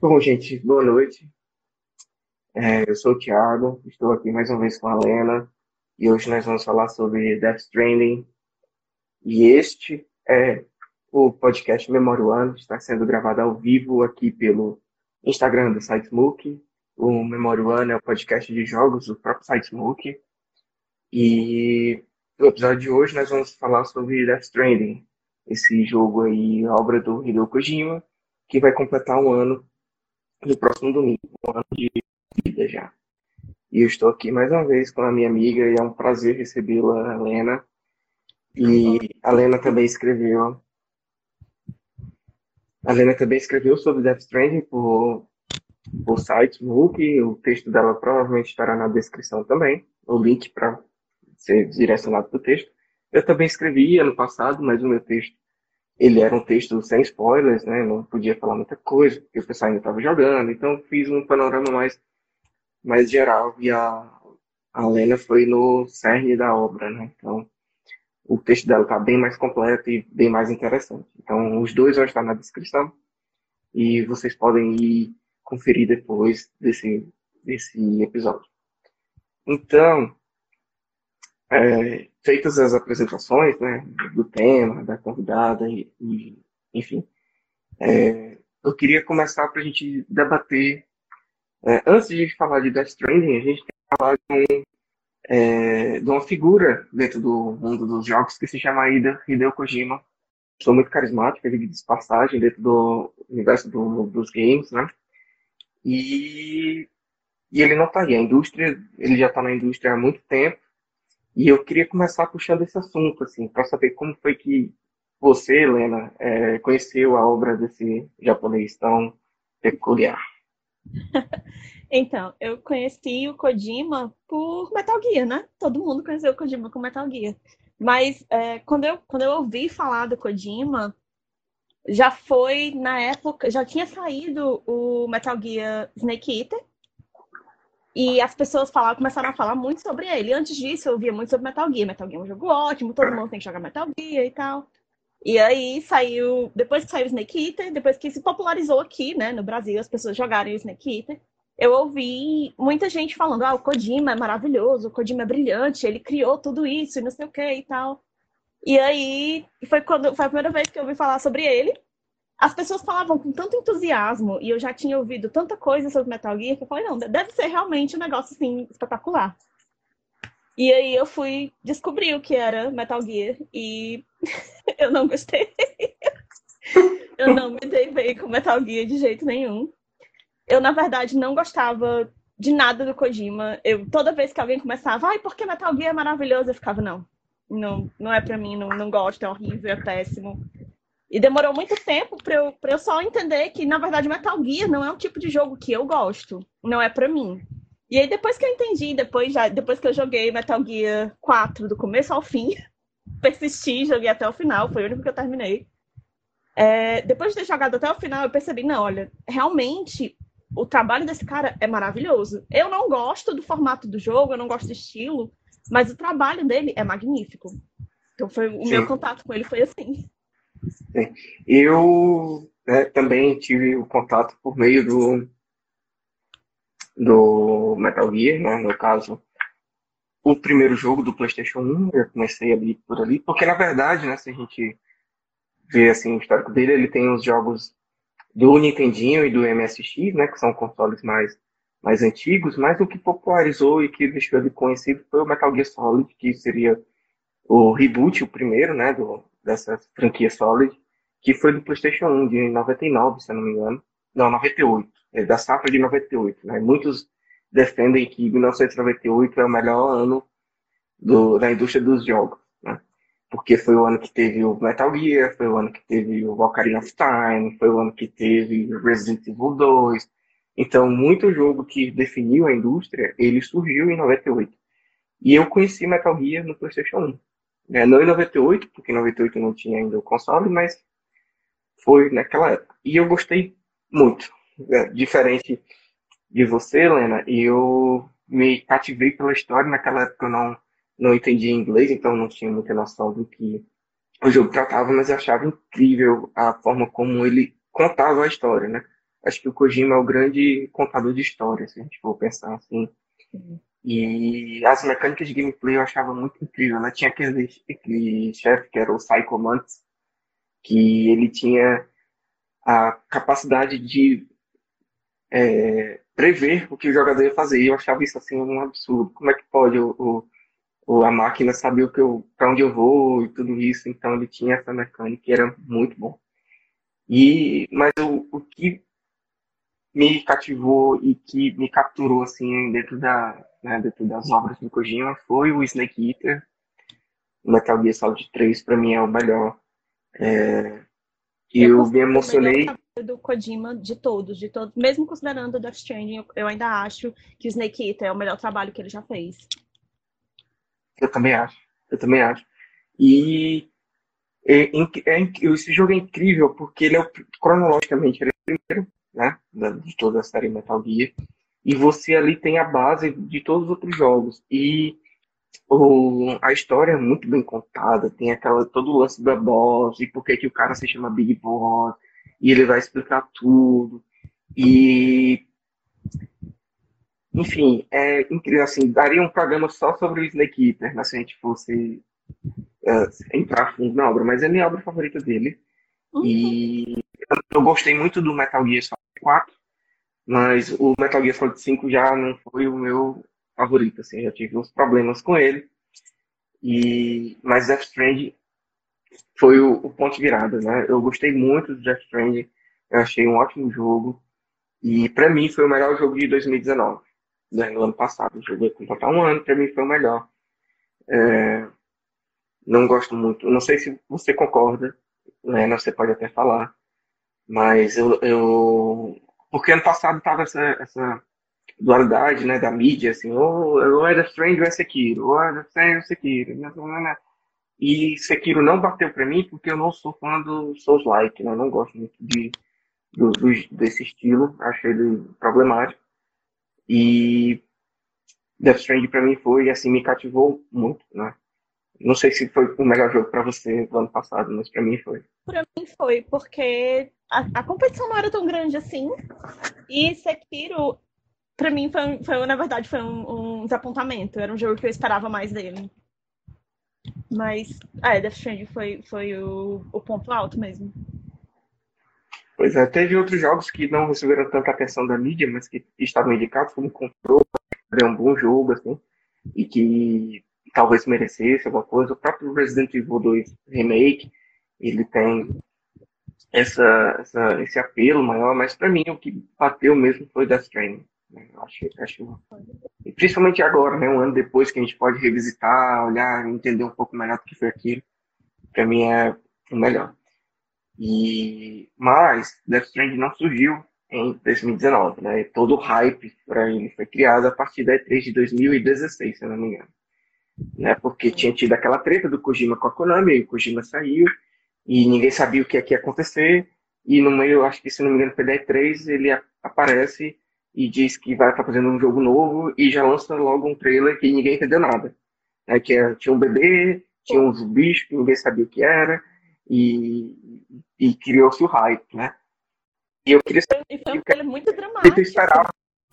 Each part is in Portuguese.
Bom, gente, boa noite. Eu sou o Thiago, estou aqui mais uma vez com a Lena e hoje nós vamos falar sobre Death Stranding. E este é o podcast Memória One, está sendo gravado ao vivo aqui pelo Instagram do SiteSmoke. O Memória One é o podcast de jogos do próprio SiteSmoke. E no episódio de hoje nós vamos falar sobre Death Stranding, esse jogo aí, obra do Hideo Kojima, que vai completar um ano no próximo domingo, um ano de vida já. E eu estou aqui mais uma vez com a minha amiga e é um prazer recebê-la, a Lena. E Oi. a Lena também escreveu, a Lena também escreveu sobre Death Stranding por site, MOOC, o texto dela provavelmente estará na descrição também, o link para ser direcionado para o texto. Eu também escrevi ano passado, mas o meu texto, ele era um texto sem spoilers, né? Não podia falar muita coisa, porque o pessoal ainda estava jogando, então fiz um panorama mais geral e a Lena foi no cerne da obra, né? Então, o texto dela está bem mais completo e bem mais interessante. Então, os dois vão estar na descrição e vocês podem ir conferir depois desse episódio. Então, feitas as apresentações, né, do tema, da convidada enfim, eu queria começar para a gente debater. Antes de falar de Death Stranding, a gente tem que falar de uma figura dentro do mundo dos jogos que se chama Hideo Kojima. Sou muito carismática, diga de passagem, dentro do universo dos games, né? E, e ele não está aí. A indústria, ele já está na indústria há muito tempo. E eu queria começar puxando esse assunto, assim, para saber como foi que você, Helena, conheceu a obra desse japonês tão peculiar. Então, eu conheci o Kojima por Metal Gear, né? Todo mundo conheceu o Kojima com Metal Gear. Mas quando eu ouvi falar do Kojima, já foi na época, já tinha saído o Metal Gear Snake Eater, e as pessoas começaram a falar muito sobre ele. Antes disso, eu ouvia muito sobre Metal Gear. Metal Gear é um jogo ótimo, todo mundo tem que jogar Metal Gear e tal. E aí saiu, depois que saiu o Snake Eater, depois que se popularizou aqui, né, no Brasil, as pessoas jogarem o Snake Eater, eu ouvi muita gente falando, o Kojima é maravilhoso, o Kojima é brilhante, ele criou tudo isso e não sei o que e tal. E aí foi a primeira vez que eu ouvi falar sobre ele. As pessoas falavam com tanto entusiasmo e eu já tinha ouvido tanta coisa sobre Metal Gear que eu falei, não, deve ser realmente um negócio assim espetacular. E aí eu fui descobrir o que era Metal Gear e eu não gostei. Eu não me dei bem com Metal Gear de jeito nenhum. Eu, na verdade, não gostava de nada do Kojima. Toda vez que alguém começava, porque Metal Gear é maravilhoso, eu ficava, não é pra mim, não gosto, é horrível, é péssimo. E demorou muito tempo pra eu só entender que, na verdade, Metal Gear não é um tipo de jogo que eu gosto. Não é pra mim. E aí, depois que eu entendi, depois que eu joguei Metal Gear 4 do começo ao fim, persisti, joguei até o final, foi o único que eu terminei. Depois de ter jogado até o final, eu percebi, não, olha, realmente o trabalho desse cara é maravilhoso. Eu não gosto do formato do jogo, eu não gosto do estilo, mas o trabalho dele é magnífico. Então o meu Sim, contato com ele foi assim. sim. Eu também tive o contato por meio do Metal Gear, né? No caso, o primeiro jogo do PlayStation 1, eu comecei ali por ali, porque na verdade, né, se a gente vê assim, o histórico dele, ele tem os jogos do Nintendinho e do MSX, né, que são consoles mais antigos, mas o que popularizou e que deixou ele conhecido foi o Metal Gear Solid, que seria o reboot, o primeiro, né, dessa franquia Solid, que foi do PlayStation 1 de 99, se eu não me engano. Não, 98, da safra de 98, né? Muitos defendem que 1998 é o melhor ano da indústria dos jogos, né? Porque foi o ano que teve o Metal Gear, foi o ano que teve o Ocarina of Time, foi o ano que teve o Resident Evil 2. Então, muito jogo que definiu a indústria, ele surgiu em 98. E eu conheci Metal Gear no PlayStation 1. Não em 98, porque em 98 não tinha ainda o console, mas foi naquela época. E eu gostei muito. Diferente de você, Helena, eu me cativei pela história. Naquela época eu não entendia inglês, então não tinha muita noção do que o jogo tratava, mas eu achava incrível a forma como ele contava a história, né? Acho que o Kojima é o grande contador de histórias, se a gente for pensar assim. E as mecânicas de gameplay eu achava muito incrível, né? Tinha aquele chefe que era o Psycho Mantis, que ele tinha a capacidade de prever o que o jogador ia fazer. E eu achava isso assim um absurdo. Como é que pode a máquina saber para onde eu vou e tudo isso? Então ele tinha essa mecânica e era muito bom. Mas o que me cativou e que me capturou assim dentro das obras do Kojima foi o Snake Eater. O Metal Gear Solid 3 para mim é o melhor. E Eu eu me considero o melhor emocionei. trabalho do Kojima de todos, mesmo considerando o Death Stranding, eu ainda acho que o Snake Eater é o melhor trabalho que ele já fez. Eu também acho. Eu também acho. E esse jogo é incrível porque ele cronologicamente ele é o primeiro, né, de toda a série Metal Gear. E você ali tem a base de todos os outros jogos. E a história é muito bem contada, tem todo o lance da boss, e por que que o cara se chama Big Boss, e ele vai explicar tudo. E, enfim, é incrível, assim, daria um programa só sobre o Snake Eater, né, se a gente fosse entrar fundo na obra, mas é a minha obra favorita dele. Uhum. E eu gostei muito do Metal Gear Solid 4, mas o Metal Gear Solid 5 já não foi o meu favorito, assim, eu já tive uns problemas com ele. Mas Death Stranding foi o ponto de virada, né? Eu gostei muito do Death Stranding, eu achei um ótimo jogo, e pra mim foi o melhor jogo de 2019, né? No ano passado. Eu joguei completar um ano, pra mim foi o melhor. Não gosto muito, não sei se você concorda, né? Você pode até falar, mas porque ano passado tava essa dualidade, né, da mídia, assim, ou é Death Stranding ou é Sekiro, ou é Death Stranding ou é Sekiro, né? E Sekiro não bateu pra mim porque eu não sou fã do Souls-like, né? Eu não gosto muito desse estilo, acho ele problemático. E Death Stranding pra mim foi, assim, me cativou muito, né? Não sei se foi o melhor jogo pra você do ano passado, mas pra mim foi. Pra mim foi, porque a competição não era tão grande assim, e Sekiro, pra mim, na verdade, foi um desapontamento. Era um jogo que eu esperava mais dele. Mas, Death Stranding foi o ponto alto mesmo. Pois é, teve outros jogos que não receberam tanta atenção da mídia, mas que estavam indicados como Control, era um bom jogo, assim, e que talvez merecesse alguma coisa. O próprio Resident Evil 2 Remake, ele tem esse apelo maior, mas para mim o que bateu mesmo foi Death Stranding. Né? E principalmente agora, né, um ano depois que a gente pode revisitar, olhar, entender um pouco melhor do que foi aquilo, para mim é o melhor. Mas Death Stranding não surgiu em 2019, né? Todo o hype para ele foi criado a partir da E3 de 2016, se eu não me engano, né? Porque tinha tido aquela treta do Kojima com a Konami, e o Kojima saiu e ninguém sabia o que ia acontecer. E no meio, acho que se não me engano, foi da E3, ele aparece e diz que vai estar fazendo um jogo novo e já lança logo um trailer que ninguém entendeu nada. Né? Tinha um bebê, tinha uns bichos que ninguém sabia o que era e criou-se o hype, né? E eu queria E foi saber um o que trailer muito você esperava. dramático.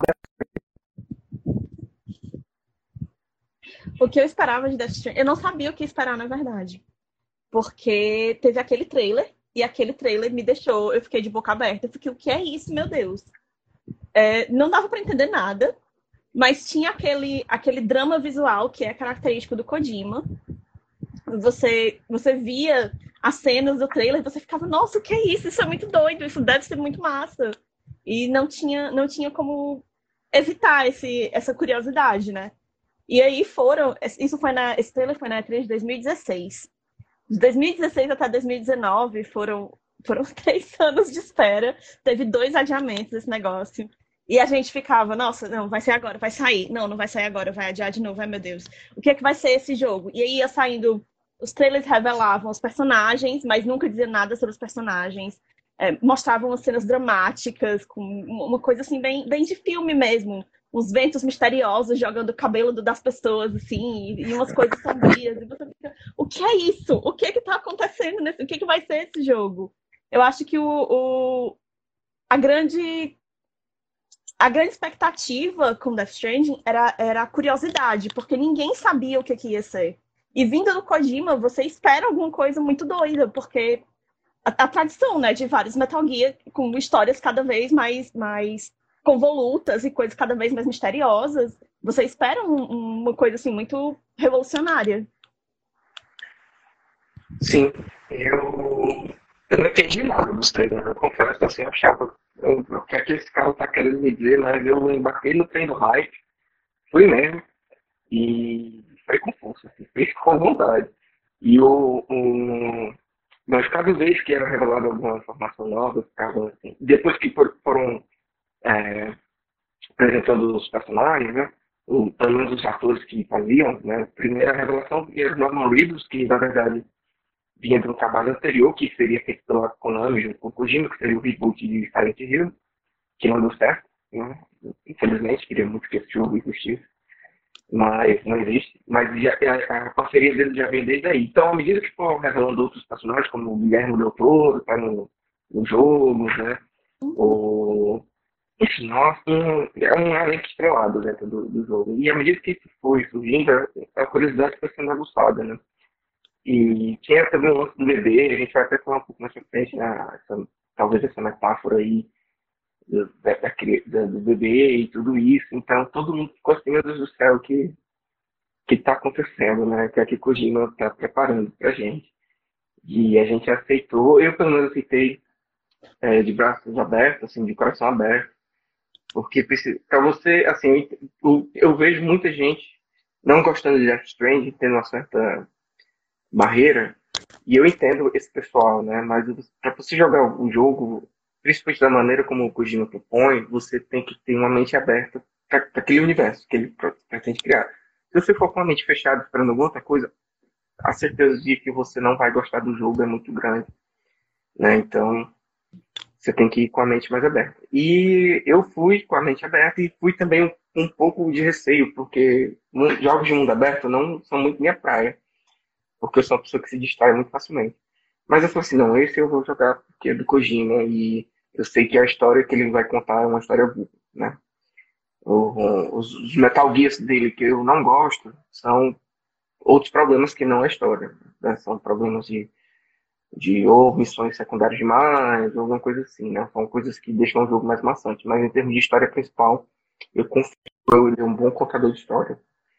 O que eu esperava de Death Stranding, eu não sabia o que esperar, na verdade. Porque teve aquele trailer, e aquele trailer me deixou, eu fiquei de boca aberta. Eu fiquei, o que é isso, meu Deus? Não dava para entender nada, mas tinha aquele drama visual que é característico do Kojima. Você via as cenas do trailer e você ficava, nossa, o que é isso? Isso é muito doido, isso deve ser muito massa. E não tinha como evitar essa curiosidade, né? E aí esse trailer foi na E3 de 2016. De 2016 até 2019 foram 3 anos de espera. Teve 2 adiamentos desse negócio. E a gente ficava, nossa, não, vai ser agora, vai sair. Não, não vai sair agora, vai adiar de novo, ai meu Deus. O que é que vai ser esse jogo? E aí ia saindo, os trailers revelavam os personagens, mas nunca diziam nada sobre os personagens. Mostravam as cenas dramáticas, com uma coisa assim, bem, bem de filme mesmo. Uns ventos misteriosos jogando o cabelo das pessoas, assim, e umas coisas sombrias. E você fica, o que é isso? O que é que tá acontecendo nesse? O que é que vai ser esse jogo? Eu acho que a grande a grande expectativa com Death Stranding era a curiosidade, porque ninguém sabia o que ia ser. E vindo do Kojima, você espera alguma coisa muito doida, porque a tradição, né, de vários Metal Gear com histórias cada vez mais convolutas e coisas cada vez mais misteriosas. Você espera uma coisa assim muito revolucionária. Sim, eu não entendi nada dos trailers. Eu confesso assim, eu achava o que aquele cara tá querendo me dizer, mas eu embarquei no trem do hype, fui mesmo, e foi com força, assim, fui com vontade. E mas cada vez que era revelada alguma informação nova, ficava assim. Depois que foram é, apresentando os personagens, né? Pelo menos os atores que faziam, né? Primeira revelação era o Norman Reedus, que na verdade vinha de um trabalho anterior, que seria feito pela Konami junto com o Kojima, que seria o reboot de Silent Hill, que não deu certo, né? Infelizmente, queria muito que esse jogo existisse, mas não existe. Mas a parceria dele já vem desde aí. Então, à medida que for revelando outros personagens, como o Guilherme Del Toro, tá no jogo, né? O, enfim, nossa, é um elenco estrelado dentro do jogo. E à medida que isso foi surgindo, a curiosidade foi sendo aguçada, né? E tinha também o lance do bebê, a gente vai até falar um pouco mais pra frente, né? Talvez essa metáfora aí do bebê e tudo isso. Então todo mundo ficou assim, meu Deus do céu, o que tá acontecendo, né? Que é que Kojima tá preparando pra gente. E a gente aceitou, eu pelo menos aceitei de braços abertos, assim, de coração aberto, porque para você, assim, eu vejo muita gente não gostando de Death Stranding, tendo uma certa barreira, e eu entendo esse pessoal, né? Mas para você jogar o jogo, principalmente da maneira como o Kojima propõe, você tem que ter uma mente aberta para aquele universo que ele pretende criar. Se você for com a mente fechada esperando alguma outra coisa, a certeza de que você não vai gostar do jogo é muito grande, né? Então, você tem que ir com a mente mais aberta. E eu fui com a mente aberta e fui também um pouco de receio, porque jogos de mundo aberto não são muito minha praia, porque eu sou uma pessoa que se distrai muito facilmente. Mas eu falei assim, não, esse eu vou jogar porque é do Kojima e eu sei que a história que ele vai contar é uma história boa, né? Os Metal Gears dele que eu não gosto são outros problemas que não é história, né? São problemas de ou missões secundárias demais, ou alguma coisa assim, né? São coisas que deixam o jogo mais maçante. Mas em termos de história principal, eu confio que ele é um bom contador de história.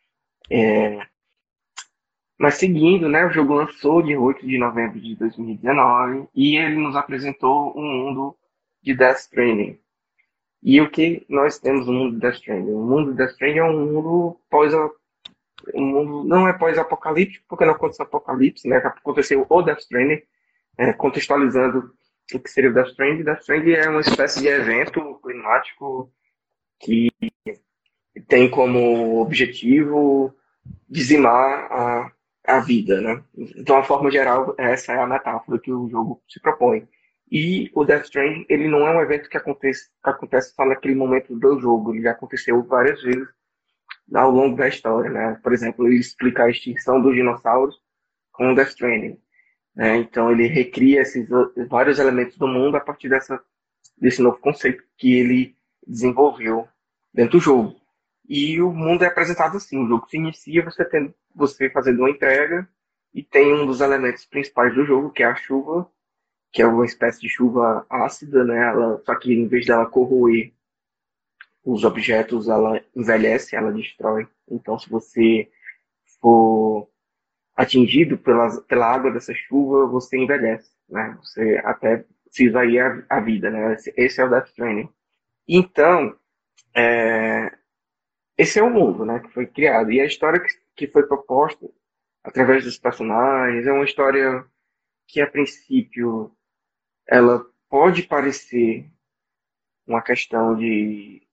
Mas seguindo, né, o jogo lançou dia 8 de novembro de 2019 e ele nos apresentou um mundo de Death Stranding. E o que nós temos no mundo de Death Stranding? O mundo de Death Stranding é um mundo um mundo não é pós-apocalíptico, porque não aconteceu apocalipse, né? Aconteceu o Death Stranding, contextualizando o que seria o Death Stranding. Death Stranding é uma espécie de evento climático que tem como objetivo dizimar a vida, né? De uma forma geral, essa é a metáfora que o jogo se propõe. E o Death Stranding, ele não é um evento que acontece só naquele momento do jogo, ele já aconteceu várias vezes ao longo da história, né? Por exemplo, ele explica a extinção dos dinossauros com o Death Stranding, né? Então ele recria esses vários elementos do mundo a partir desse novo conceito que ele desenvolveu dentro do jogo. E o mundo é apresentado assim, o jogo se inicia você fazendo uma entrega e tem um dos elementos principais do jogo, que é a chuva, que é uma espécie de chuva ácida, né? Só que em vez dela corroer os objetos, ela envelhece, ela destrói. Então, se você for atingido pela água dessa chuva, você envelhece, né? Você até precisa aí a vida, né? Esse é o Death Stranding. Então, é, esse é o mundo, né, que foi criado. E a história que foi proposta através dos personagens é uma história que, a princípio, ela pode parecer uma questão de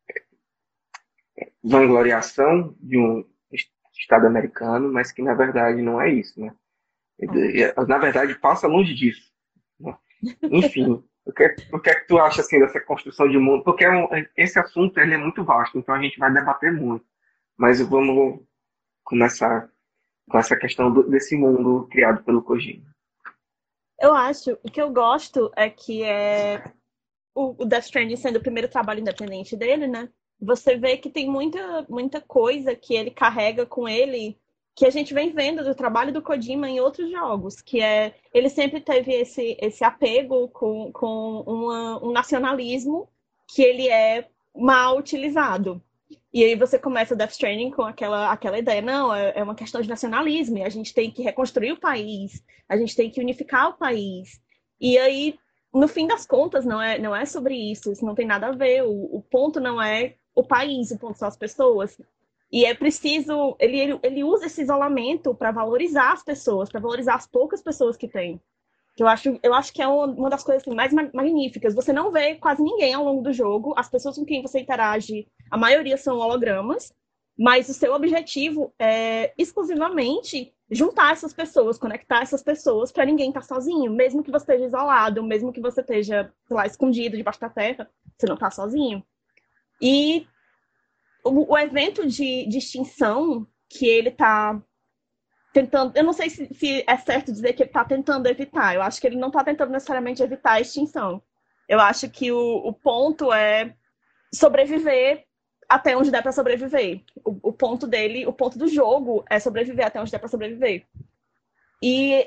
vangloriação de um Estado americano, mas que, na verdade, não é isso, né? Na verdade, passa longe disso, né? Enfim, o que é que tu acha, assim, dessa construção de mundo? Porque esse assunto, ele é muito vasto, então a gente vai debater muito. Mas vamos começar com essa questão desse mundo criado pelo Kojima. Eu acho, o que eu gosto é que o Death Stranding sendo o primeiro trabalho independente dele, né? Você vê que tem muita coisa que ele carrega com ele que a gente vem vendo do trabalho do Kojima em outros jogos, que é ele sempre teve esse apego com um nacionalismo que ele é mal utilizado. E aí você começa o Death Stranding com aquela ideia, não, é uma questão de nacionalismo, e a gente tem que reconstruir o país, a gente tem que unificar o país. E aí, no fim das contas, não é sobre isso não tem nada a ver. O ponto não é o país, o ponto são as pessoas. E é preciso. Ele usa esse isolamento para valorizar as pessoas, para valorizar as poucas pessoas que tem. Eu acho que é uma das coisas assim, mais magníficas. Você não vê quase ninguém ao longo do jogo. As pessoas com quem você interage, a maioria são hologramas, mas o seu objetivo é exclusivamente juntar essas pessoas, conectar essas pessoas para ninguém estar sozinho. Mesmo que você esteja isolado, mesmo que você esteja, sei lá, escondido debaixo da terra, você não está sozinho. E o evento de extinção que ele está tentando. Eu não sei se é certo dizer que ele está tentando evitar. Eu acho que ele não está tentando necessariamente evitar a extinção. Eu acho que o ponto é sobreviver até onde der para sobreviver. O ponto dele, o ponto do jogo é sobreviver até onde der para sobreviver. E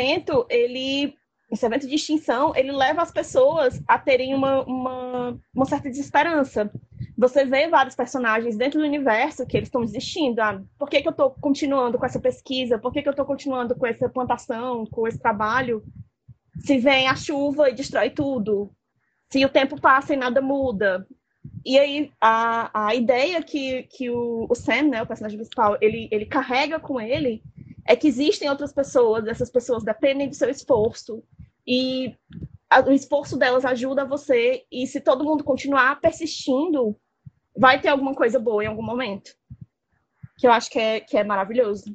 esse evento de extinção, ele leva as pessoas a terem uma certa desesperança. Você vê vários personagens dentro do universo que eles estão desistindo. Por que eu estou continuando com essa pesquisa? Por que eu estou continuando com essa plantação, com esse trabalho? Se vem a chuva e destrói tudo. Se o tempo passa e nada muda. E aí, a ideia que o Sam, né, o personagem principal, ele carrega com ele é que existem outras pessoas, essas pessoas dependem do seu esforço. E o esforço delas ajuda você. E se todo mundo continuar persistindo, vai ter alguma coisa boa em algum momento. Que eu acho que é maravilhoso.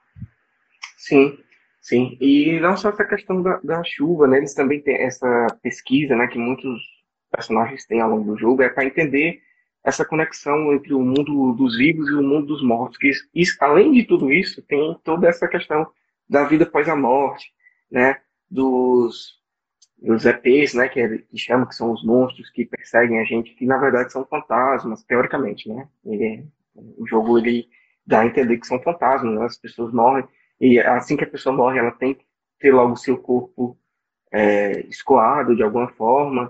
Sim, sim. E não só essa questão da chuva, né? Eles também têm essa pesquisa, né, que muitos personagens têm ao longo do jogo, é para entender essa conexão entre o mundo dos vivos e o mundo dos mortos. Que além de tudo isso, tem toda essa questão da vida após a morte, né? Dos EPs, né? Que chamam que são os monstros que perseguem a gente, que na verdade são fantasmas, teoricamente, né? O jogo ele dá a entender que são fantasmas, né? As pessoas morrem e assim que a pessoa morre, ela tem que ter logo o seu corpo escoado de alguma forma.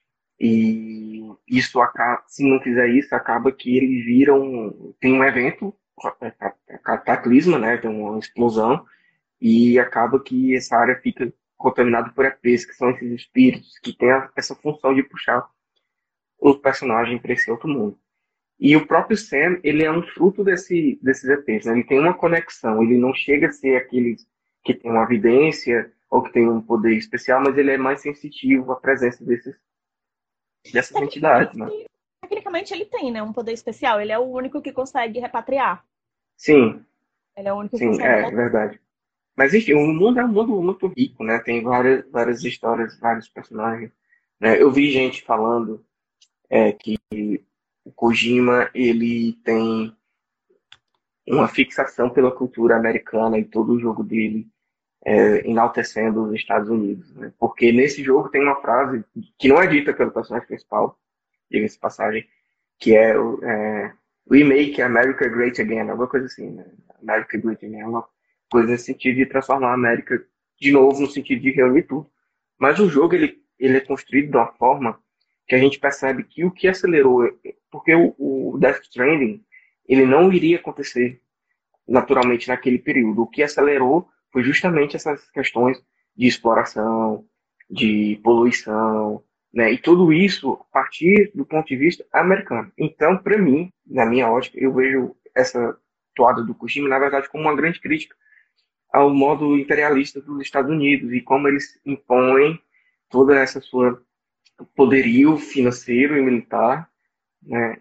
E isso acaba, se não fizer isso, acaba que eles viram. Tem um evento, cataclisma, né? Tem uma explosão, e acaba que essa área fica contaminada por EPs, que são esses espíritos que têm essa função de puxar o personagem para esse outro mundo. E o próprio Sam, ele é um fruto desses EPs, né? Ele tem uma conexão, ele não chega a ser aquele que tem uma vidência ou que tem um poder especial, mas ele é mais sensitivo à presença dessas entidades, né? Tecnicamente ele tem, né, um poder especial. Ele é o único que consegue repatriar. Sim, Ele é o único que sim, consegue é voltar. verdade. Mas enfim, o mundo é um mundo muito rico, né? Tem várias histórias, vários personagens, né? Eu vi gente falando que o Kojima, ele tem uma fixação pela cultura americana e todo o jogo dele enaltecendo os Estados Unidos, né? Porque nesse jogo tem uma frase que não é dita pelo personagem principal, diga-se de passagem, que We make America great again, alguma coisa assim, né? America great again, uma coisa nesse sentido de transformar a América de novo, no sentido de reunir tudo. Mas o jogo, ele é construído de uma forma que a gente percebe que o que acelerou, porque o Death Stranding, ele não iria acontecer naturalmente naquele período. O que acelerou foi justamente essas questões de exploração, de poluição, né? E tudo isso a partir do ponto de vista americano. Então, para mim, na minha ótica, eu vejo essa toada do Kojima, na verdade, como uma grande crítica ao modo imperialista dos Estados Unidos e como eles impõem toda essa sua poderio financeiro e militar, né?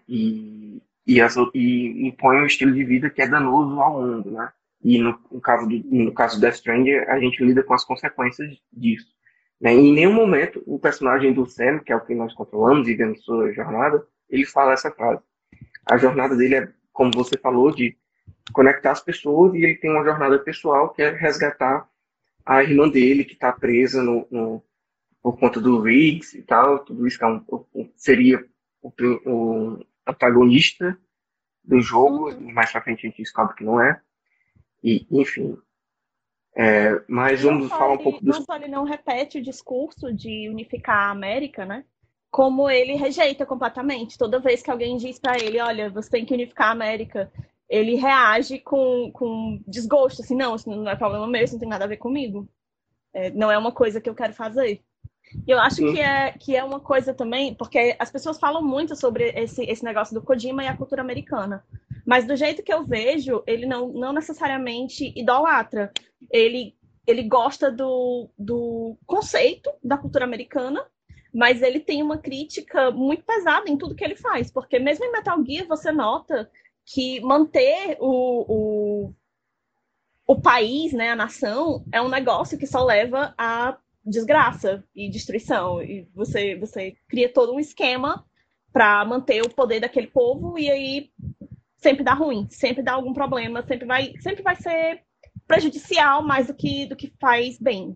E impõe um estilo de vida que é danoso ao mundo, né? E no caso do Death Stranding, a gente lida com as consequências disso. Né? E em nenhum momento o personagem do Sam, que é o que nós controlamos e vemos sua jornada, ele fala essa frase. A jornada dele é, como você falou, de conectar as pessoas e ele tem uma jornada pessoal que é resgatar a irmã dele que está presa por conta do Riggs e tal, tudo isso que seria o antagonista do jogo, Uhum. mais pra frente a gente descobre que não é. E, enfim, mas Não vamos só falar um pouco ele, dos. não só ele não repete o discurso de unificar a América, né? Como ele rejeita completamente. Toda vez que alguém diz para ele, olha, você tem que unificar a América, ele reage com desgosto, assim, não, isso não é problema meu, isso não tem nada a ver comigo. Não é uma coisa que eu quero fazer. E eu acho Sim, que é uma coisa também, porque as pessoas falam muito sobre esse negócio do Kojima e a cultura americana. Mas do jeito que eu vejo, ele não necessariamente idolatra. Ele, ele gosta do conceito da cultura americana, mas ele tem uma crítica muito pesada em tudo que ele faz. Porque mesmo em Metal Gear, você nota que manter o país, né, a nação, é um negócio que só leva a desgraça e destruição. E você cria todo um esquema para manter o poder daquele povo e aí sempre dá ruim, sempre dá algum problema, sempre vai ser prejudicial mais do que faz bem.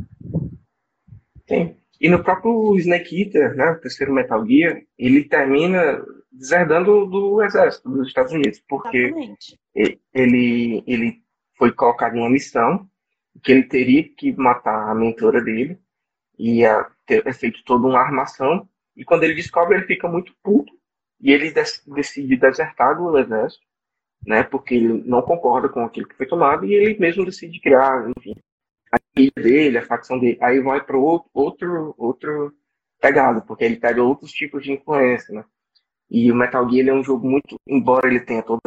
tem. E no próprio Snake Eater, né, o terceiro Metal Gear, ele termina deserdando do exército dos Estados Unidos, porque Exatamente. ele foi colocado em uma missão que ele teria que matar a mentora dele, ia ter feito toda uma armação, e quando ele descobre, ele fica muito puto, e ele decide desertar do exército, né, porque ele não concorda com aquilo que foi tomado, e ele mesmo decide criar, enfim, a ilha dele, a facção dele. Aí vai para outro pegado, porque ele pega outros tipos de influência, né? E o Metal Gear ele é um jogo muito, embora ele tenha todas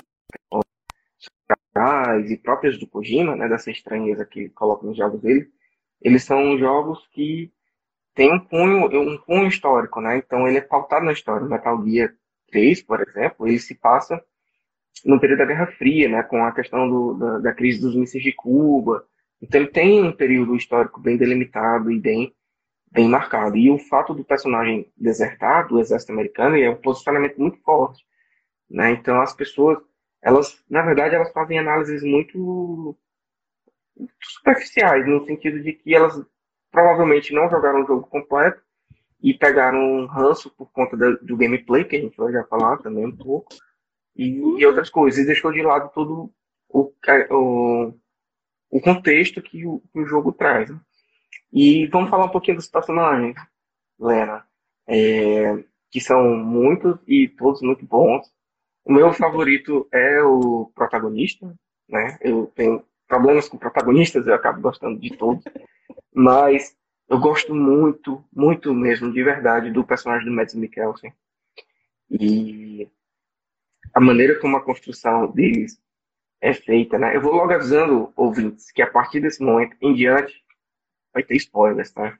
as e próprias do Kojima, né, dessa estranheza que ele coloca nos jogos dele, eles são jogos que têm um cunho histórico, né? Então ele é pautado na história. O Metal Gear 3, por exemplo, ele se passa no período da Guerra Fria, né, com a questão da crise dos mísseis de Cuba. Então ele tem um período histórico bem delimitado e bem marcado. E o fato do personagem desertar do exército americano é um posicionamento muito forte, né? Então as pessoas, elas, na verdade, elas fazem análises muito superficiais, no sentido de que elas provavelmente não jogaram o jogo completo e pegaram um ranço por conta do gameplay, que a gente vai já falar também um pouco, e Uhum. outras coisas. E deixou de lado todo o, o, o contexto que o jogo traz, né? E vamos falar um pouquinho dos personagens, Lena, que são muitos e todos muito bons. O meu favorito é o protagonista, né? Eu tenho problemas com protagonistas, eu acabo gostando de todos, mas eu gosto muito, muito mesmo, de verdade, do personagem do Mads Mikkelsen. E a maneira como a construção deles é feita, né? Eu vou logo avisando, ouvintes, que a partir desse momento em diante vai ter spoilers, tá?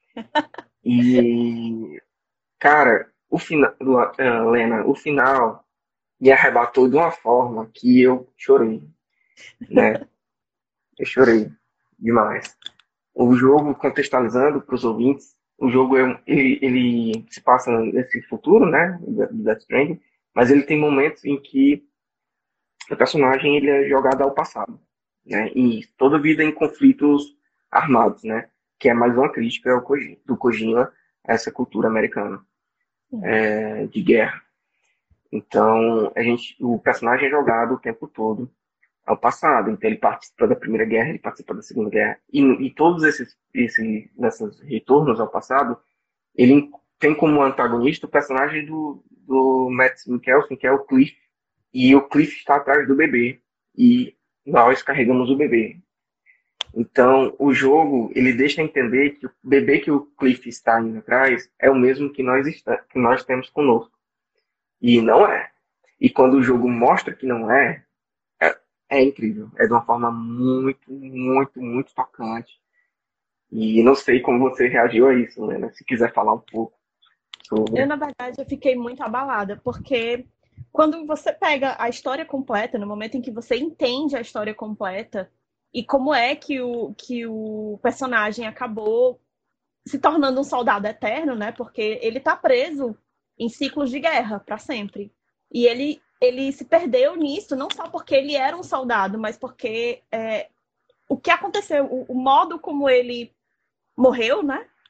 E, cara, o final, Lena, o final me arrebatou de uma forma que eu chorei, né? Eu chorei demais. O jogo, contextualizando para os ouvintes, o jogo ele se passa nesse futuro, né? Do Death Stranding, mas ele tem momentos em que o personagem ele é jogado ao passado, né? E toda vida em conflitos armados, né? Que é mais uma crítica do Kojima a essa cultura americana de guerra. Então, o personagem é jogado o tempo todo ao passado. Então, ele participa da Primeira Guerra, ele participa da Segunda Guerra. E todos esses retornos ao passado, ele tem como antagonista o personagem do Matt Mikkelsen, que é o Cliff. E o Cliff está atrás do bebê. E nós carregamos o bebê. Então, o jogo, ele deixa entender que o bebê que o Cliff está indo atrás é o mesmo que nós temos conosco. E não é. E quando o jogo mostra que não é, é incrível. É de uma forma muito, muito, muito tocante. E não sei como você reagiu a isso, Lena. Se quiser falar um pouco Eu, sobre. na verdade, eu fiquei muito abalada, porque quando você pega a história completa, no momento em que você entende a história completa, e como é que o personagem acabou se tornando um soldado eterno, né? Porque ele tá preso em ciclos de guerra para sempre. E ele se perdeu nisso, não só porque ele era um soldado, mas porque o que aconteceu, o modo como ele morreu, né?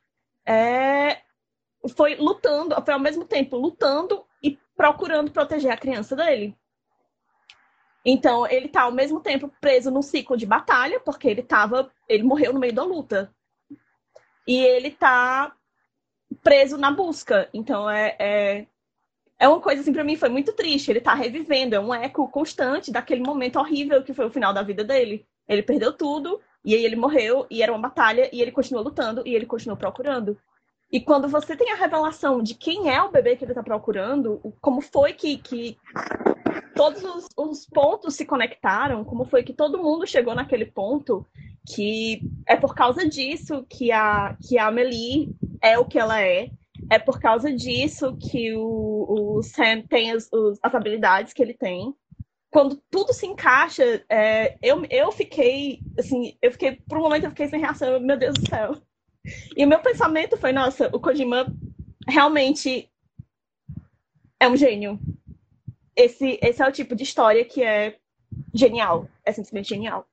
é, foi ao mesmo tempo lutando e procurando proteger a criança dele. Então, ele tá ao mesmo tempo preso num ciclo de batalha, porque ele morreu no meio da luta. E ele tá preso na busca. Então, é uma coisa assim, pra mim foi muito triste. Ele tá revivendo, é um eco constante daquele momento horrível que foi o final da vida dele. Ele perdeu tudo, e aí ele morreu, e era uma batalha, e ele continuou lutando, e ele continuou procurando. E quando você tem a revelação de quem é o bebê que ele tá procurando, como foi que todos os pontos se conectaram, como foi que todo mundo chegou naquele ponto, que é por causa disso que a Amelie é o que ela é por causa disso que o Sam tem as habilidades que ele tem. Quando tudo se encaixa, eu fiquei, assim, por um momento eu fiquei sem reação, meu Deus do céu. E o meu pensamento foi, nossa, o Kojima realmente é um gênio. Esse é o tipo de história que é genial. É simplesmente genial.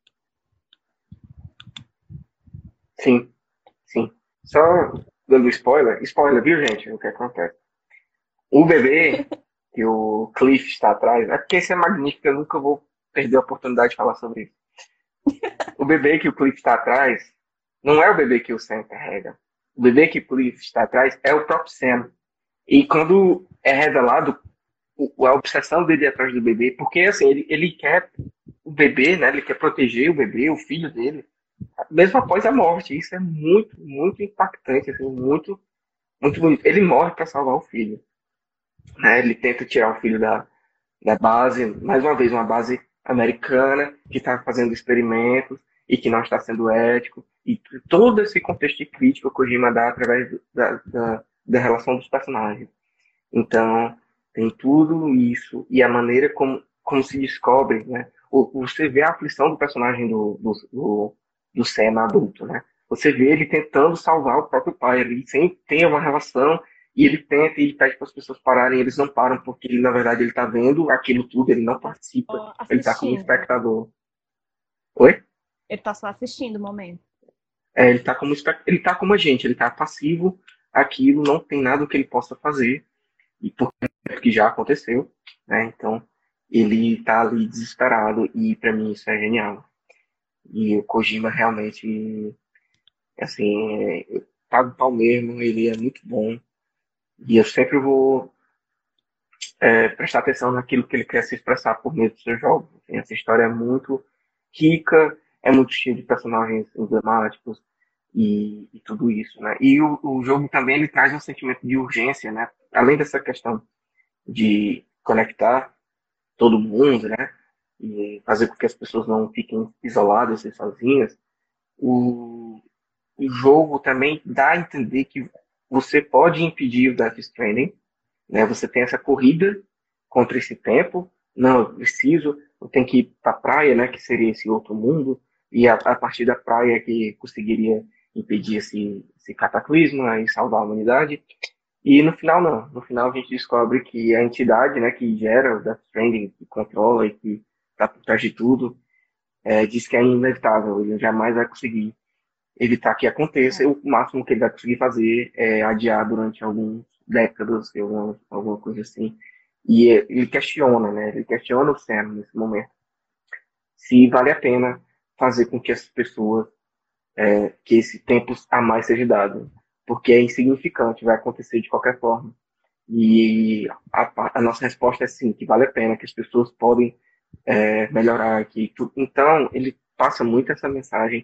Sim, sim. Só dando spoiler, spoiler, viu, gente? O que acontece? O bebê que o Cliff está atrás, é porque esse é magnífico, eu nunca vou perder a oportunidade de falar sobre isso. O bebê que o Cliff está atrás não é o bebê que o Sam carrega. O bebê que o Cliff está atrás é o próprio Sam. E quando é revelado a obsessão dele atrás do bebê, porque assim, ele quer o bebê, né? Ele quer proteger o bebê, o filho dele, mesmo após a morte. Isso é muito, muito impactante, assim, muito, muito bonito. Ele morre para salvar o filho, né? Ele tenta tirar o filho da base, mais uma vez, uma base americana que está fazendo experimentos e que não está sendo ético. E todo esse contexto de crítica o Kojima dá através da relação dos personagens. Então, tem tudo isso e a maneira como se descobre, né? Você vê a aflição do personagem do Sam adulto, né? Você vê ele tentando salvar o próprio pai ali, sem ter uma relação, e ele tenta e ele pede para as pessoas pararem, eles não param, porque ele, na verdade, ele está vendo aquilo tudo, ele não Ele tá participa, só ele está como assistindo. espectador. Oi? Ele tá só assistindo o momento. Ele está como, ele tá como a gente, ele está passivo, aquilo, não tem nada que ele possa fazer, e porque já aconteceu, né? Então, ele tá ali desesperado e para mim isso é genial. E o Kojima realmente, assim, eu pago pau mesmo, ele é muito bom e eu sempre vou prestar atenção naquilo que ele quer se expressar por meio dos seus jogos. Assim, essa história é muito rica, é muito cheia de personagens emblemáticos e tudo isso, né? E o jogo também ele traz um sentimento de urgência, né? Além dessa questão de conectar todo mundo, né? E fazer com que as pessoas não fiquem isoladas e sozinhas. O, o jogo também dá a entender que você pode impedir o Death Stranding, né? Você tem essa corrida contra esse tempo. Não, eu preciso, eu tenho que ir para a praia, né? Que seria esse outro mundo. E a partir da praia que conseguiria impedir esse cataclisma e salvar a humanidade. E no final não. No final a gente descobre que a entidade, né, que gera o Death Stranding, que controla e que está por trás de tudo, diz que é inevitável, ele jamais vai conseguir evitar que aconteça, e o máximo que ele vai conseguir fazer é adiar durante algumas décadas, alguma coisa assim. E ele questiona, né, ele questiona o Sam nesse momento, se vale a pena fazer com que as pessoas, que esse tempo a mais seja dado, porque é insignificante, vai acontecer de qualquer forma. E a nossa resposta é sim, que vale a pena, que as pessoas podem melhorar aqui. Então, ele passa muito essa mensagem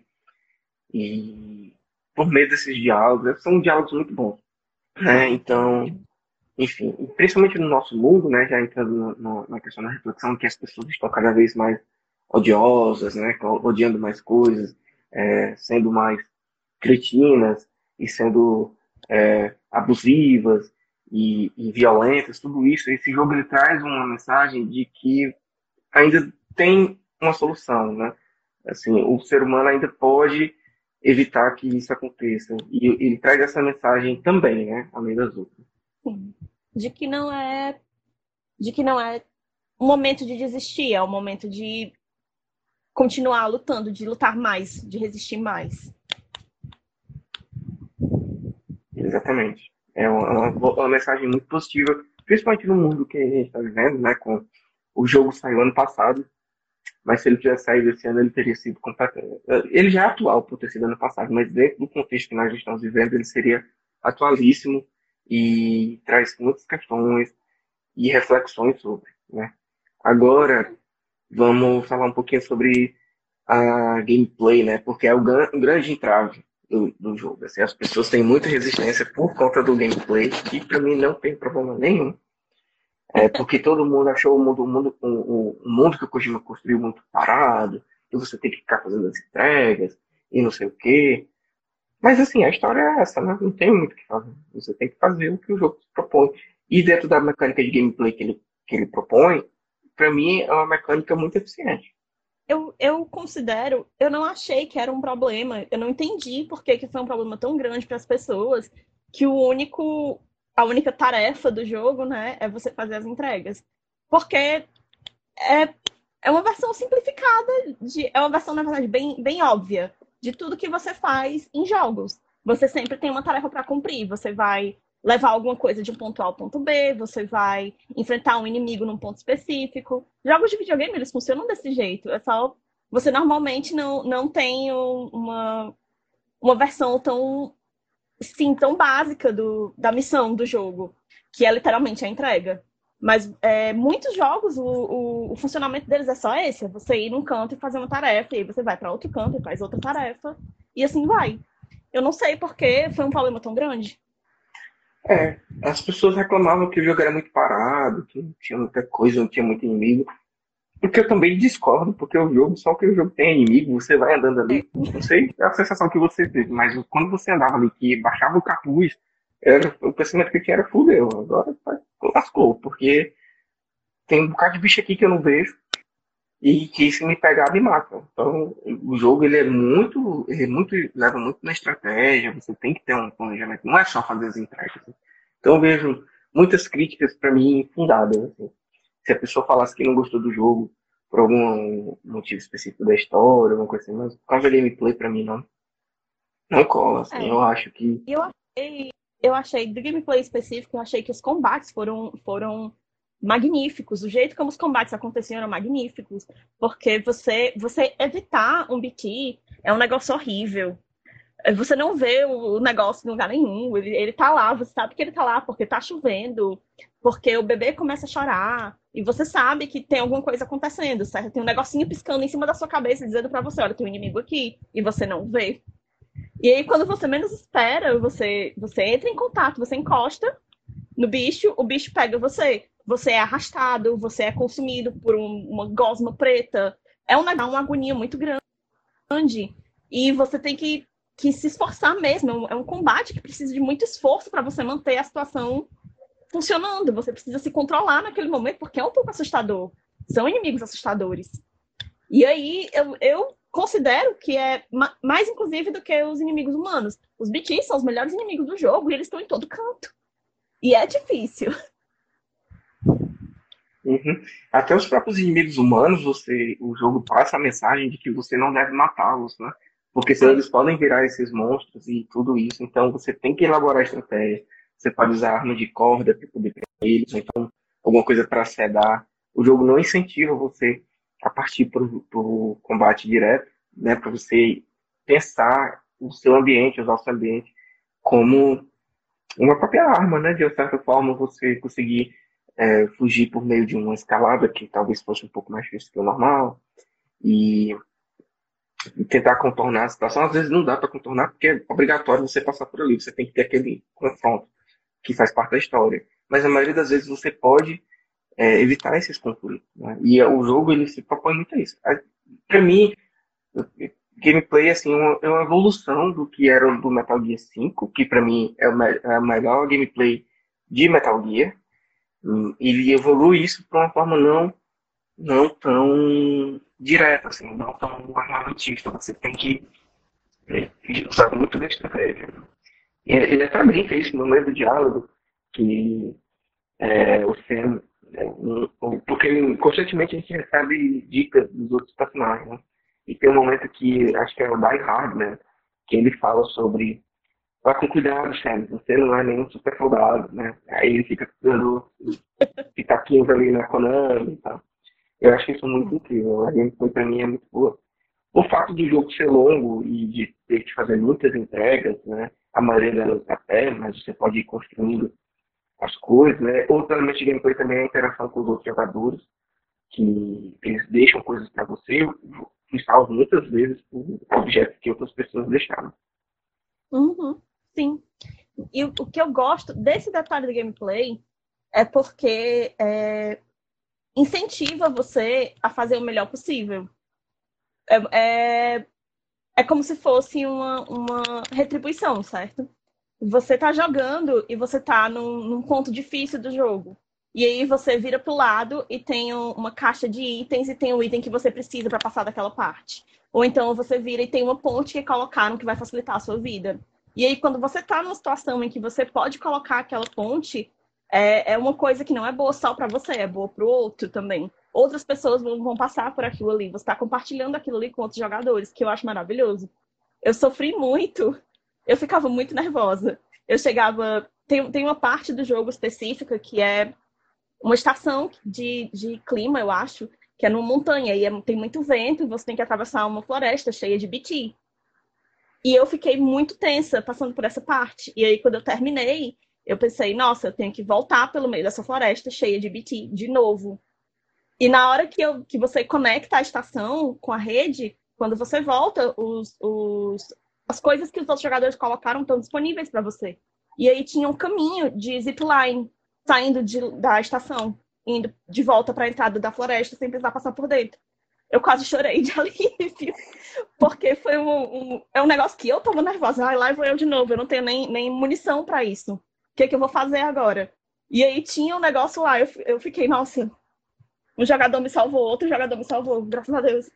e por meio desses diálogos, são diálogos muito bons, né? Então, enfim, principalmente no nosso mundo, né, já entrando na questão da reflexão, que as pessoas estão cada vez mais odiosas, né, odiando mais coisas, sendo mais cretinas e sendo abusivas e violentas, tudo isso. Esse jogo ele traz uma mensagem de que ainda tem uma solução, né? Assim, o ser humano ainda pode evitar que isso aconteça. E ele traz essa mensagem também, né? Além das outras. Sim. De que não é, de que não é um momento de desistir, é um momento de continuar lutando, de lutar mais, de resistir mais. Exatamente. É uma mensagem muito positiva, principalmente no mundo que a gente está vivendo, né? Com o jogo saiu ano passado, mas se ele tivesse saído esse ano, ele teria sido completamente. Ele já é atual por ter sido ano passado, mas dentro do contexto que nós estamos vivendo, ele seria atualíssimo e traz muitas questões e reflexões sobre, né? Agora, vamos falar um pouquinho sobre a gameplay, né? Porque é o grande entrave do jogo. Assim, as pessoas têm muita resistência por conta do gameplay, que para mim não tem problema nenhum. É porque todo mundo achou o mundo que o Kojima construiu muito parado, e você tem que ficar fazendo as entregas, e não sei o quê. Mas assim, a história é essa, né? Não tem muito o que fazer. Você tem que fazer o que o jogo propõe. E dentro da mecânica de gameplay que ele propõe, para mim é uma mecânica muito eficiente. Eu considero, eu não achei que era um problema, eu não entendi por que, que foi um problema tão grande para as pessoas, que a única tarefa do jogo, né, é você fazer as entregas. Porque é uma versão simplificada, é uma versão, na verdade, bem óbvia de tudo que você faz em jogos. Você sempre tem uma tarefa para cumprir, você vai levar alguma coisa de um ponto A ao ponto B, você vai enfrentar um inimigo num ponto específico. Jogos de videogame, eles funcionam desse jeito. É só. Você normalmente não tem uma versão tão, sim, tão básica da missão do jogo, que é literalmente a entrega. Mas muitos jogos, o funcionamento deles é só esse: é você ir num canto e fazer uma tarefa, e aí você vai para outro canto e faz outra tarefa, e assim vai. Eu não sei por que foi um problema tão grande. As pessoas reclamavam que o jogo era muito parado, que não tinha muita coisa, não tinha muito inimigo. Porque eu também discordo, porque o jogo, só que o jogo tem inimigo, você vai andando ali, não sei a sensação que você teve, mas quando você andava ali, que baixava o capuz, o pensamento que eu tinha era fudeu, agora lascou, porque tem um bocado de bicho aqui que eu não vejo, e que se me pegar, me mata. Então, o jogo, ele leva muito na estratégia, você tem que ter um planejamento, não é só fazer as entregas. Assim. Então, eu vejo muitas críticas, para mim, fundadas, assim. Se a pessoa falasse que não gostou do jogo por algum motivo específico da história, alguma coisa assim, mas por causa da gameplay, pra mim, não cola, assim. É, Eu acho que. e eu achei, do gameplay específico, eu achei que os combates foram magníficos. O jeito como os combates aconteciam eram magníficos. Porque você evitar um BT é um negócio horrível. Você não vê o negócio em lugar nenhum. Ele tá lá, você sabe que ele tá lá porque tá chovendo, porque o bebê começa a chorar. E você sabe que tem alguma coisa acontecendo, certo? Tem um negocinho piscando em cima da sua cabeça dizendo pra você: olha, tem um inimigo aqui. E você não vê. E aí, quando você menos espera, você entra em contato, você encosta no bicho, o bicho pega você. Você é arrastado, você é consumido por uma gosma preta. Uma agonia muito grande. E você tem que se esforçar mesmo. É um combate que precisa de muito esforço para você manter a situação funcionando. Você precisa se controlar naquele momento, porque é um pouco assustador. São inimigos assustadores. E aí eu considero que é mais inclusive do que os inimigos humanos. Os BTs são os melhores inimigos do jogo e eles estão em todo canto. E é difícil. Uhum. Até os próprios inimigos humanos, o jogo passa a mensagem de que você não deve matá-los, né? Porque senão É. eles podem virar esses monstros e tudo isso. Então você tem que elaborar estratégia. Você pode usar arma de corda para poder pegar eles, ou então alguma coisa para sedar. O jogo não incentiva você a partir para o combate direto, né? Para você pensar o seu ambiente, usar o seu ambiente como uma própria arma, né? De certa forma, você conseguir fugir por meio de uma escalada que talvez fosse um pouco mais difícil que o normal e, e tentar contornar a situação. Às vezes não dá para contornar porque é obrigatório você passar por ali. Você tem que ter aquele confronto que faz parte da história. Mas a maioria das vezes você pode evitar esses conflitos. Né? E o jogo ele se propõe muito a isso. Para mim, gameplay assim, é uma evolução do que era do Metal Gear 5, que para mim é a melhor gameplay de Metal Gear. Ele evolui isso para uma forma não tão direta, assim, não tão armamentista. Você tem que usar muito da estratégia. E ele até brinca isso no meio do diálogo, que o Sam, porque constantemente a gente recebe dicas dos outros personagens, né? E tem um momento que, acho que é o Die Hard, né? Que ele fala sobre Vá com cuidado, Sam, você não é nenhum super soldado, né? Aí ele fica dando pitaquinhos ali na Konami e tal. Eu acho isso muito incrível. A gameplay pra mim é muito boa. O fato do jogo ser longo e de ter que fazer muitas entregas, né? A maioria delas a pé, mas você pode ir construindo as coisas, né? Outro elemento de gameplay também é a interação com os outros jogadores, que eles deixam coisas para você, e salvo muitas vezes por objetos que outras pessoas deixaram. Uhum, sim. E o que eu gosto desse detalhe do gameplay é porque incentiva você a fazer o melhor possível. É como se fosse uma retribuição, certo? Você tá jogando e você tá num ponto difícil do jogo. E aí você vira pro lado e tem uma caixa de itens e tem o item que você precisa para passar daquela parte. Ou então você vira e tem uma ponte que colocaram que vai facilitar a sua vida. E aí quando você tá numa situação em que você pode colocar aquela ponte, é uma coisa que não é boa só para você, é boa pro outro também. Outras pessoas vão passar por aquilo ali. Você está compartilhando aquilo ali com outros jogadores, que eu acho maravilhoso. Eu sofri muito, eu ficava muito nervosa. Eu chegava. Tem uma parte do jogo específica que é uma estação de clima, eu acho, que é numa montanha e tem muito vento e você tem que atravessar uma floresta cheia de BT. E eu fiquei muito tensa passando por essa parte. E aí, quando eu terminei, eu pensei, nossa, eu tenho que voltar pelo meio dessa floresta cheia de BT de novo. E na hora que você conecta a estação com a rede, quando você volta, as coisas que os outros jogadores colocaram estão disponíveis para você. E aí tinha um caminho de zipline saindo da estação, indo de volta para a entrada da floresta sem precisar passar por dentro. Eu quase chorei de alívio, porque foi é um negócio que eu tava nervosa. Ai, lá vou eu de novo, eu não tenho nem munição para isso. O que eu vou fazer agora? E aí tinha um negócio lá, eu fiquei, nossa, um jogador me salvou, outro jogador me salvou, graças a Deus.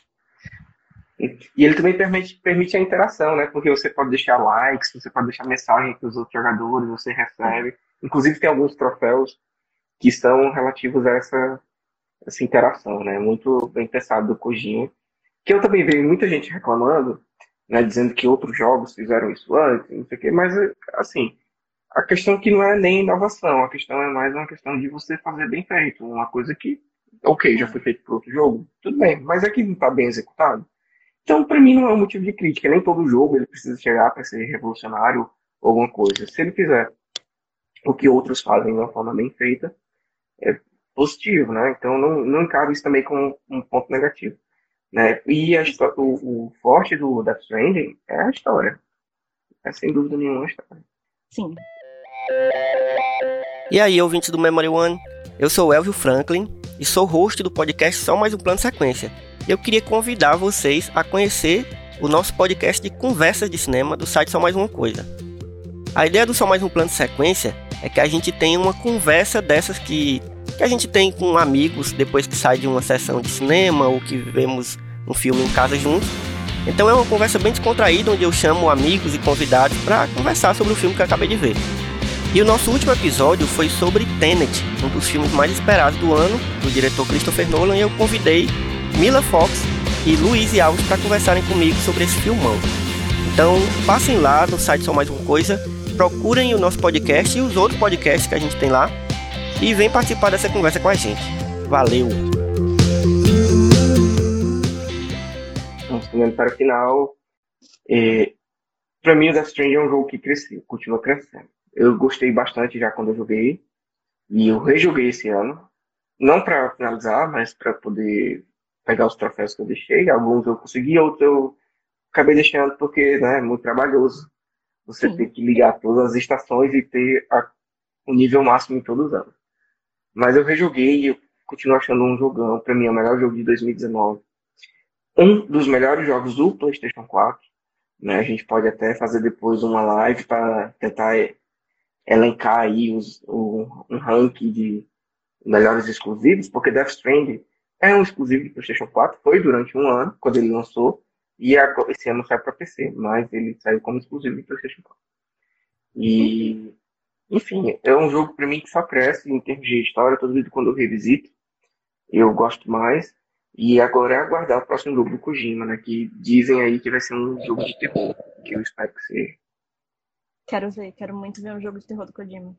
E ele também permite a interação, né? Porque você pode deixar likes, você pode deixar mensagem para os outros jogadores, você recebe. Inclusive tem alguns troféus que são relativos a essa interação, né? Muito bem pensado do Kojima. Que eu também vejo muita gente reclamando, né? Dizendo que outros jogos fizeram isso antes, não sei o quê. Mas, assim, a questão aqui não é nem inovação. A questão é mais uma questão de você fazer bem feito. Uma coisa que, ok, já foi feito por outro jogo, tudo bem. Mas é que não está bem executado. Então, para mim, não é um motivo de crítica. Nem todo jogo ele precisa chegar para ser revolucionário ou alguma coisa. Se ele fizer o que outros fazem de uma forma bem feita, é positivo, né? Então, não encaro isso também como um ponto negativo, né? E o forte do Death Stranding é a história. É sem dúvida nenhuma a história. Sim. E aí, ouvintes do Memory One? Eu sou o Elvio Franklin e sou host do podcast Só Mais Um Plano Sequência. Eu queria convidar vocês a conhecer o nosso podcast de conversas de cinema do site Só Mais Uma Coisa. A ideia do Só Mais Um Plano Sequência é que a gente tenha uma conversa dessas que a gente tem com amigos depois que sai de uma sessão de cinema ou que vemos um filme em casa juntos. Então é uma conversa bem descontraída, onde eu chamo amigos e convidados para conversar sobre o filme que eu acabei de ver. E o nosso último episódio foi sobre Tenet, um dos filmes mais esperados do ano, do diretor Christopher Nolan, e eu convidei Mila Fox e Luiz Alves para conversarem comigo sobre esse filmão. Então passem lá no site Só Mais Uma Coisa, procurem o nosso podcast e os outros podcasts que a gente tem lá e vem participar dessa conversa com a gente. Valeu! Vamos caminhando para o final. Para mim, o Death Stranding é um jogo que cresceu, continua crescendo. Eu gostei bastante já quando eu joguei, e eu rejoguei esse ano. Não para finalizar, mas para poder pegar os troféus que eu deixei. Alguns eu consegui, outros eu acabei deixando porque, né, é muito trabalhoso. Você tem que ligar todas as estações e ter o nível máximo em todos elas. Mas eu rejoguei e eu continuo achando um jogão. Para mim é o melhor jogo de 2019. Um dos melhores jogos do PlayStation 4. Né? A gente pode até fazer depois uma live para tentar elencar aí um ranking de melhores exclusivos, porque Death Stranding é um exclusivo de PlayStation 4, foi durante um ano, quando ele lançou, e agora, esse ano sai para PC, mas ele saiu como exclusivo de PlayStation 4. E, enfim, é um jogo para mim que só cresce em termos de história, todo vídeo quando eu revisito, eu gosto mais, e agora é aguardar o próximo jogo do Kojima, né, que dizem aí que vai ser um jogo de terror, que eu espero que seja. Quero muito ver um jogo de terror do Kojima.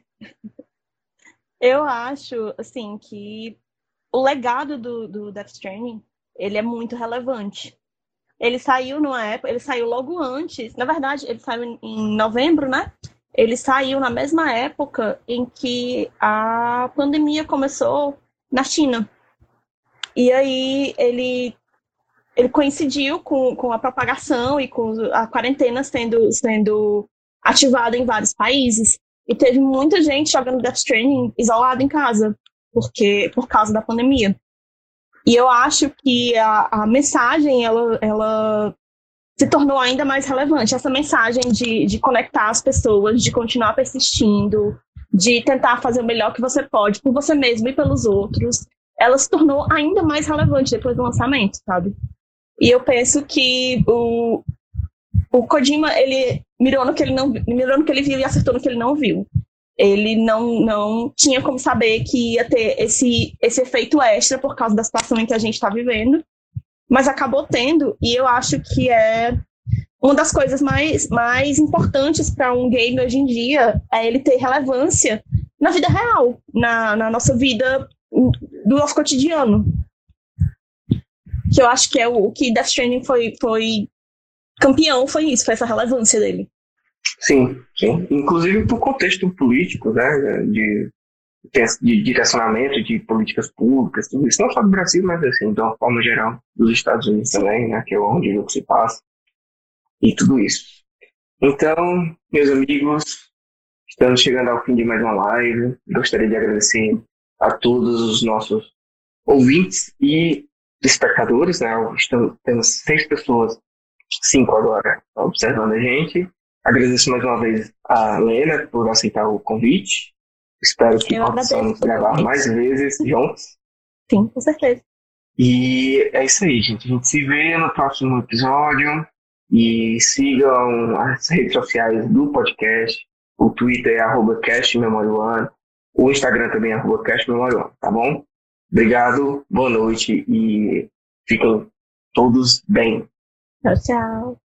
Eu acho, assim, que o legado do Death Stranding, ele é muito relevante. Ele saiu numa época, ele saiu logo antes, na verdade, ele saiu em novembro, né? Ele saiu na mesma época em que a pandemia começou na China. E aí ele coincidiu com a propagação e com a quarentena sendo ativada em vários países. E teve muita gente jogando Death Stranding isolada em casa, por causa da pandemia. E eu acho que a mensagem, ela se tornou ainda mais relevante. Essa mensagem de conectar as pessoas, de continuar persistindo, de tentar fazer o melhor que você pode por você mesmo e pelos outros, ela se tornou ainda mais relevante depois do lançamento, sabe? E eu penso que o Kojima, ele mirou no que ele viu e acertou no que ele não viu. Ele não tinha como saber que ia ter esse efeito extra por causa da situação em que a gente está vivendo, mas acabou tendo, e eu acho que é uma das coisas mais importantes para um game hoje em dia, é ele ter relevância na vida real, na nossa vida, do nosso cotidiano. Que eu acho que é o que Death Stranding foi campeão, foi isso, foi essa relevância dele. Sim, sim. Inclusive por contexto político, né, de direcionamento de políticas públicas, tudo isso, não só do Brasil, mas assim, de uma forma geral, dos Estados Unidos também, né, que é onde o jogo se passa, e tudo isso. Então, meus amigos, estamos chegando ao fim de mais uma live. Gostaria de agradecer a todos os nossos ouvintes e espectadores, né, temos 6 pessoas, 5 agora, observando a gente. Agradeço mais uma vez a Lena por aceitar o convite. Espero que possamos gravar mais vezes juntos. Sim, com certeza. E é isso aí, gente. A gente se vê no próximo episódio. E sigam as redes sociais do podcast. O Twitter é @castmemory1. O Instagram também é @castmemory1, tá bom? Obrigado, boa noite e fiquem todos bem. Tchau, tchau.